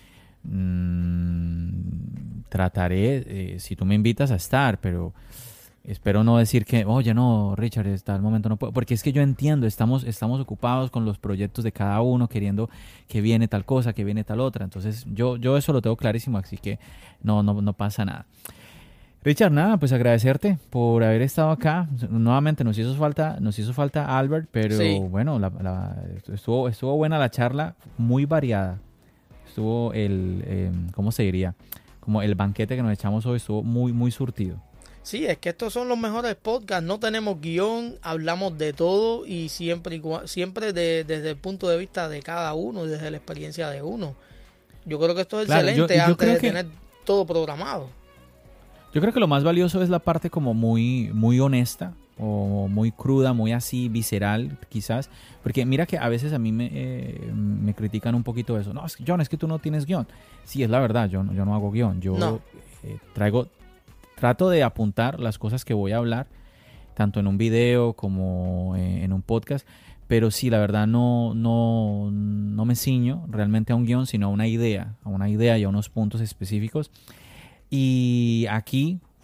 mmm, trataré, eh, si tú me invitas a estar, pero espero no decir que, oye, no, Richard, hasta el momento no puedo. Porque es que yo entiendo, estamos, estamos ocupados con los proyectos de cada uno, queriendo que viene tal cosa, que viene tal otra. Entonces, yo, yo eso lo tengo clarísimo, así que no, no, no pasa nada. Richard, nada, pues agradecerte por haber estado acá. Nuevamente nos hizo falta, nos hizo falta Albert, pero sí. bueno, la, la, estuvo, estuvo buena la charla, muy variada. Estuvo el, eh, ¿cómo se diría? Como el banquete que nos echamos hoy estuvo muy, muy surtido. Sí, es que estos son los mejores podcasts. No tenemos guión, hablamos de todo y siempre, siempre de, desde el punto de vista de cada uno, desde la experiencia de uno. Yo creo que esto es claro, excelente yo, yo antes de que... tener todo programado. Yo creo que lo más valioso es la parte como muy, muy honesta o muy cruda, muy así visceral quizás. Porque mira que a veces a mí me, eh, me critican un poquito eso. No, es que, John, es que tú no tienes guión. Sí, es la verdad, yo, yo no hago guión. Yo no. eh, traigo, trato de apuntar las cosas que voy a hablar, tanto en un video como eh, en un podcast. Pero sí, la verdad no, no, no me ciño realmente a un guión, sino a una idea, a una idea y a unos puntos específicos. Y aquí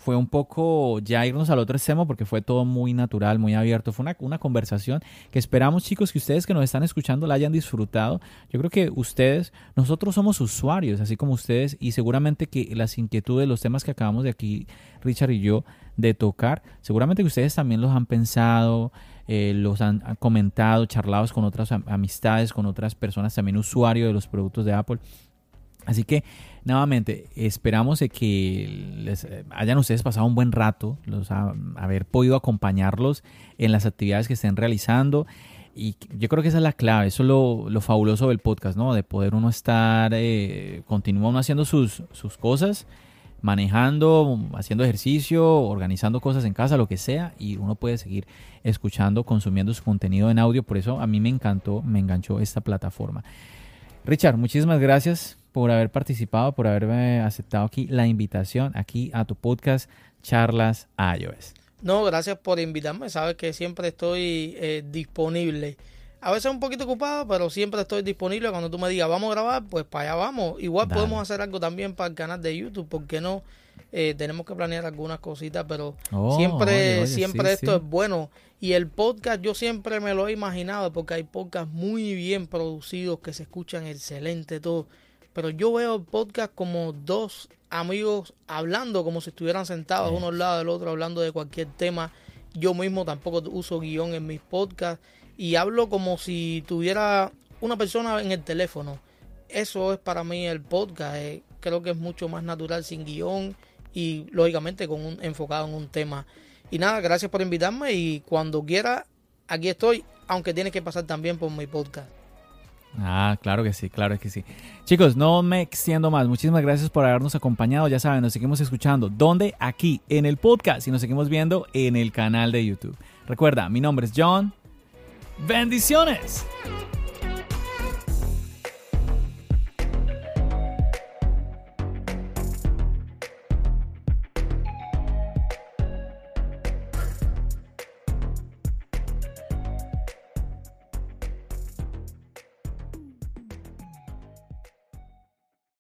fue un poco ya irnos al otro extremo porque fue todo muy natural, muy abierto. Fue una, una conversación que esperamos, chicos, que ustedes que nos están escuchando la hayan disfrutado. Yo creo que ustedes, nosotros somos usuarios, así como ustedes, y seguramente que las inquietudes, los temas que acabamos de aquí, Richard y yo, de tocar, seguramente que ustedes también los han pensado, eh, los han, han comentado, charlados con otras am- amistades, con otras personas también usuarios de los productos de Apple. Así que, nuevamente, esperamos de que les hayan ustedes pasado un buen rato, los ha, haber podido acompañarlos en las actividades que estén realizando. Y yo creo que esa es la clave, eso es lo, lo fabuloso del podcast, ¿no? De poder uno estar, eh, continúa uno haciendo sus, sus cosas, manejando, haciendo ejercicio, organizando cosas en casa, lo que sea, y uno puede seguir escuchando, consumiendo su contenido en audio. Por eso a mí me encantó, me enganchó esta plataforma. Richard, muchísimas gracias por haber participado, por haberme aceptado aquí la invitación aquí a tu podcast Charlas iOS. No, gracias por invitarme. Sabes que siempre estoy eh, disponible. A veces un poquito ocupado, pero siempre estoy disponible. Cuando tú me digas, vamos a grabar, pues para allá vamos. Igual Dale. Podemos hacer algo también para el canal de YouTube, ¿por qué no? Eh, tenemos que planear algunas cositas, pero Oh, siempre, oye, oye, siempre sí, esto sí. es bueno. Y el podcast yo siempre me lo he imaginado, porque hay podcasts muy bien producidos que se escuchan excelente todo. Pero yo veo el podcast como dos amigos hablando, como si estuvieran sentados Sí. uno al lado del otro, hablando de cualquier tema. Yo mismo tampoco uso guión en mis podcasts y hablo como si tuviera una persona en el teléfono. Eso es para mí el podcast. Eh, creo que es mucho más natural, sin guión y lógicamente con un, enfocado en un tema. Y nada, gracias por invitarme y cuando quiera, aquí estoy, aunque tienes que pasar también por mi podcast. Ah, claro que sí, claro que sí. Chicos, no me extiendo más. Muchísimas gracias por habernos acompañado. Ya saben, nos seguimos escuchando. ¿Dónde? Aquí, en el podcast. Y nos seguimos viendo en el canal de YouTube. Recuerda, mi nombre es John. ¡Bendiciones!